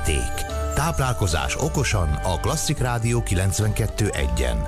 Érték. Táplálkozás okosan a Klasszik Rádió 92.1-en.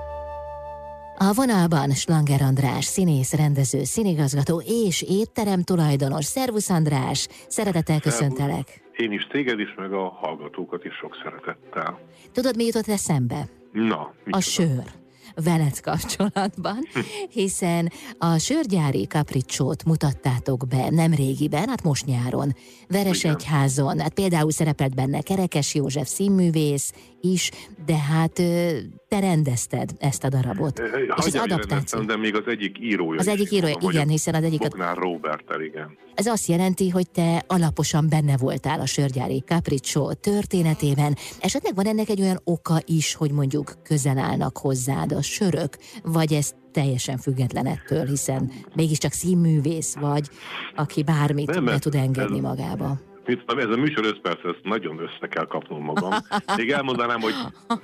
A vonalban Slanger András, színész, rendező, színigazgató és étterem tulajdonos. Szervusz András, szeretettel köszöntelek. Én is téged is, meg a hallgatókat is sok szeretettel. Tudod, mi jutott eszembe? Na, a sör. Veled kapcsolatban, hiszen a sörgyári kapricsót mutattátok be nem régiben, hát most nyáron, Veresegyházon, hát például szerepelt benne Kerekes József színművész is, de hát te rendezted ezt a darabot. És az adaptáció. De még az egyik írója. Az egyik írója, igen, hiszen az egyik... Bognár Róberttel, igen. Ez azt jelenti, hogy te alaposan benne voltál a sörgyári kapricsó történetében. Esetleg van ennek egy olyan oka is, hogy mondjuk közel állnak hozzád a sörök, vagy ez teljesen független ettől, hiszen mégiscsak színművész vagy, aki bármit be tud engedni magába. Ez a műsor 5 perc, ezt nagyon össze kell kapnom magam. Még elmondanám, hogy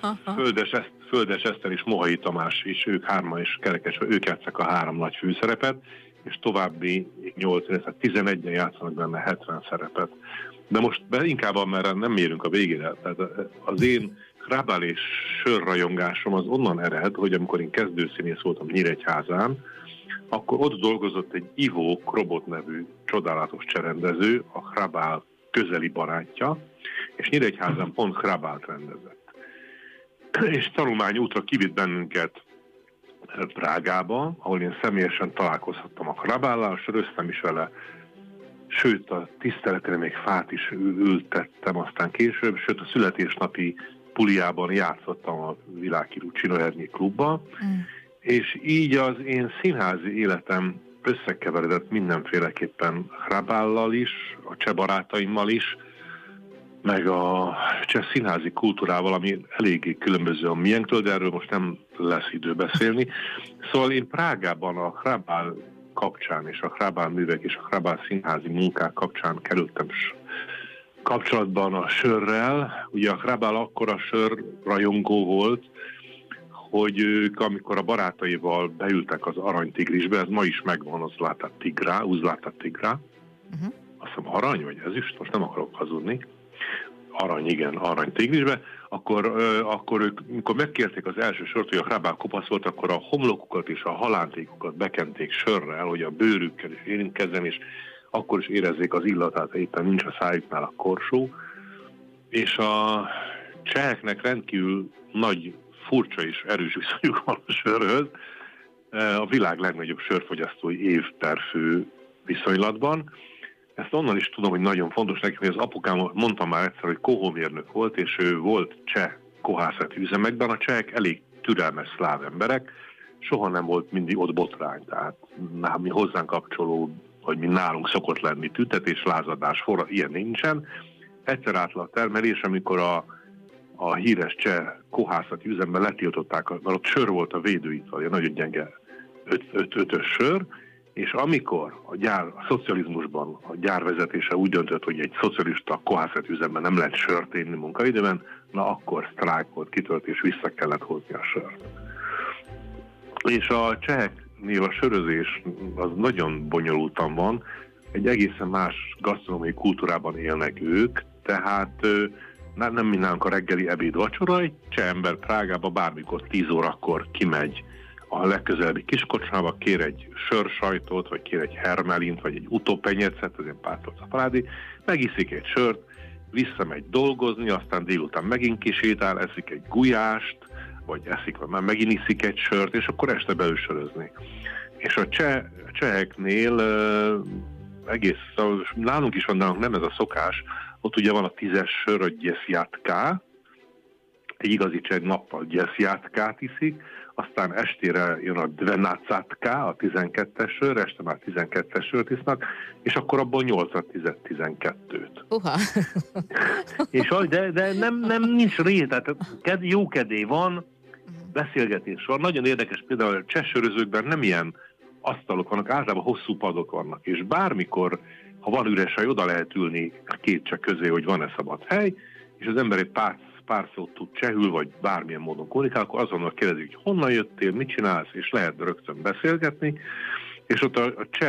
Földes Eszter és Mohai Tamás is, ők hárman is Kerekes, ők játsszák a 3 nagy főszerepet, és további 11-en játszanak benne 70 szerepet. De most inkább, mert nem mérünk a végére. Tehát az én Hrabál és sörrajongásom az onnan ered, hogy amikor én kezdőszínész voltam Nyíregyházán, akkor ott dolgozott egy Ivo Krobot nevű csodálatos cserendező, a Hrabál közeli barátja, és Nyíregyházán pont Hrabált rendezett. És tanulmányútra kivitt bennünket Prágába, ahol én személyesen találkozhattam a Hrabállal, söröztem is vele, sőt a tiszteletére még fát is ültettem aztán később, sőt a születésnapi puliában játszottam a világhírű Csinoherny klubba, és így az én színházi életem összekeveredett mindenféleképpen Hrabállal is, a cseh barátaimmal is, meg a cseh színházi kultúrával, ami eléggé különböző a miénktől, de erről most nem lesz idő beszélni. Szóval én Prágában a Hrabál kapcsán és a Hrabál művek és a Hrabál színházi munkák kapcsán kerültem kapcsolatban a sörrel. Ugye a Hrabál akkora sörrajongó volt, hogy ők, amikor a barátaival beültek az Aranytigrisbe, ez ma is megvan, az Zlata Tigra, azt hiszem arany vagy ezüst, most nem akarok hazudni. Arany, igen, Aranytigrisbe, akkor ők, amikor megkérték az első sort, hogy a Hrabál kopasz volt, akkor a homlokukat és a halántékukat bekenték sörrel, hogy a bőrükkel is érintkezzen, és akkor is érezzék az illatát, éppen nincs a szájuknál a korsó. És a cseheknek rendkívül nagy, furcsa és erős viszonyuk van a sörhöz. A világ legnagyobb sörfogyasztói év per fő viszonylatban. Ezt onnan is tudom, hogy nagyon fontos nekem, hogy az apukám, mondtam már egyszer, hogy kohómérnök volt, és ő volt cseh kohászati üzemekben. A csehek elég türelmes szláv emberek, soha nem volt mindig ott botrány, tehát mi hozzánk kapcsoló, hogy mi nálunk szokott lenni tüntetés, lázadás, forra, ilyen nincsen. Egyszer átlag termelés, amikor a híres cseh kohászati üzemben letiltották, mert ott sör volt a védőital, nagyon gyenge 5-ös sör, és amikor a szocializmusban a gyárvezetése úgy döntött, hogy egy szocialista kohászati üzemben nem lehet sört inni munkaidőben, na akkor sztrájk volt, kitört, és vissza kellett hozni a sört. És a cseheknél a sörözés az nagyon bonyolultan van, egy egészen más gasztronómiai kultúrában élnek ők, tehát nem mindnálunk a reggeli ebéd vacsora, egy cseh ember Prágába bármikor 10 órakor kimegy a legközelebbi kiskocsmába, kér egy sörsajtot, vagy kér egy hermelint, vagy egy utópenyecet, ez ilyen pártolca parádi, megiszik egy sört, visszamegy dolgozni, aztán délután megint kisétál, eszik egy gulyást, vagy eszik, vagy már megint iszik egy sört, és akkor este beülsörözni. És a cseheknél nálunk is van, nálunk nem ez a szokás, ott ugye van a 10-es sör, a gyeszjátka, egy igazi cseh nappal gyeszjátkát iszik, aztán estére jön a dvenácatka, a 12-es sör, este már 12-es sört isznak, és akkor abból 8-10-12-t. És de nem nincs ré, tehát jó kedély van, beszélgetés van. Nagyon érdekes, például a cseh sörözőkben nem ilyen asztalok vannak, általában hosszú padok vannak, és bármikor, ha van üres hely, oda lehet ülni két cseh közé, hogy van-e szabad hely, és az ember egy pár szót tud csehül, vagy bármilyen módon kommunikál, akkor azonnal kérdezik, hogy honnan jöttél, mit csinálsz, és lehet rögtön beszélgetni, és ott a cseh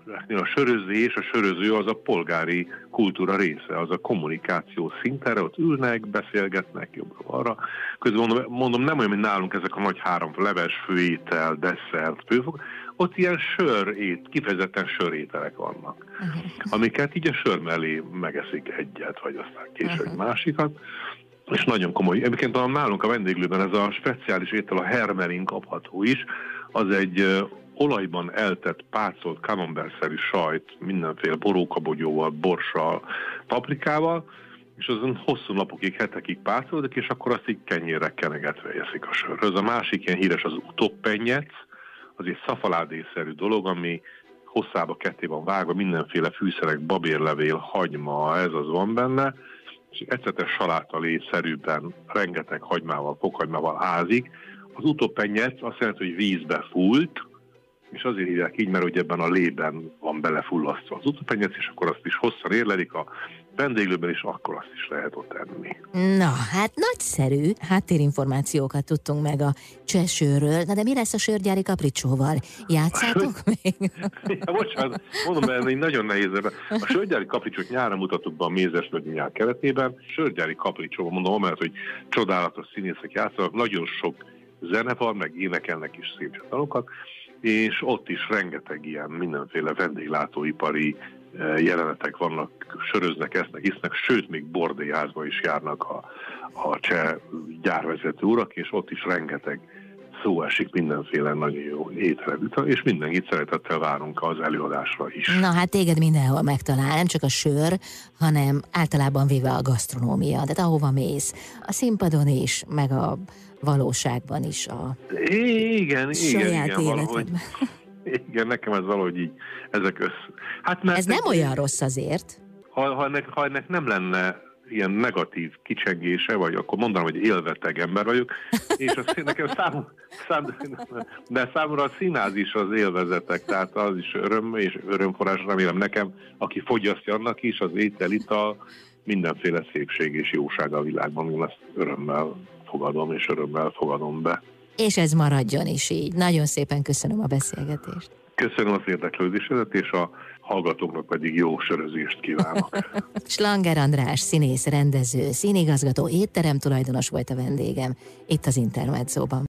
a sörözés, a söröző az a polgári kultúra része, az a kommunikáció szintere, ott ülnek, beszélgetnek jobbra-balra. Közben mondom, nem olyan, mint nálunk ezek a nagy három leves, főétel, desszert, főfok, ott ilyen kifejezetten sörételek vannak, amiket így a sör mellé megeszik egyet, vagy aztán később egy másikat. És nagyon komoly. Egyébként nálunk a vendéglőben ez a speciális étel, a hermelin kapható is, az egy olajban eltett, pácolt, camembert-szerű sajt, mindenféle borókabogyóval, borssal, paprikával, és azon hosszú napokig, hetekig pácolódik, és akkor azt így kenyérre kenegetve eszik a sörhöz. A másik ilyen híres az utóppenyec, az egy szafaládészerű dolog, ami hosszába ketté van vágva, mindenféle fűszerek, babérlevél, hagyma, ez az van benne, és ecetes salátalé-szerűben rengeteg hagymával, fokhagymával ázik. Az utóppenyec azt jelenti, hogy vízbe fúlt, és azért hívják így, mert hogy ebben a lében van belefullasztva az utóppenyec, és akkor azt is hosszan érlelik a vendéglőben, és akkor azt is lehet ott enni. Na, hát nagyszerű háttérinformációkat tudtunk meg a cseh sörről. Na de mi lesz a sörgyári kapricsóval? Játszátok még? Ja, bocsánat, mondom, mert ez nagyon nehéz. A sörgyári kapricsót nyára mutattuk be a Mézes nyár keretében. Sörgyári kapricsó, mondom, mert hogy csodálatos színészek játszanak, nagyon sok zene van, meg énekelnek is szép dalokat, és ott is rengeteg ilyen mindenféle vendéglátóipari jelenetek vannak, söröznek, esznek, isznek, sőt, még bordélyházba is járnak a cseh gyárvezető urak, és ott is rengeteg szó esik mindenféle nagyon jó ételek, és mindenkit szeretettel várunk az előadásra is. Na hát téged mindenhol megtalál, nem csak a sör, hanem általában véve a gasztronómia, tehát ahova mész, a színpadon is, meg a valóságban is a saját életedben. Igen, nekem ez valahogy így, ezek Hát mert ez nem olyan rossz azért. Ha ennek nem lenne ilyen negatív kicsengése, vagy akkor mondanám, hogy élveteg ember vagyok, és nekem de számomra a színház is az élvezetek, tehát az is öröm és örömforrás, remélem nekem, aki fogyasztja, annak is az étel, ital, mindenféle szépség és jóság a világban, én ezt örömmel fogadom és örömmel fogadom be. És ez maradjon is így. Nagyon szépen köszönöm a beszélgetést. Köszönöm az érdeklődésedet, és a hallgatóknak pedig jó sörözést kívánok. Slanger András, színész, rendező, színigazgató, étterem tulajdonos volt a vendégem itt az Intermedzóban.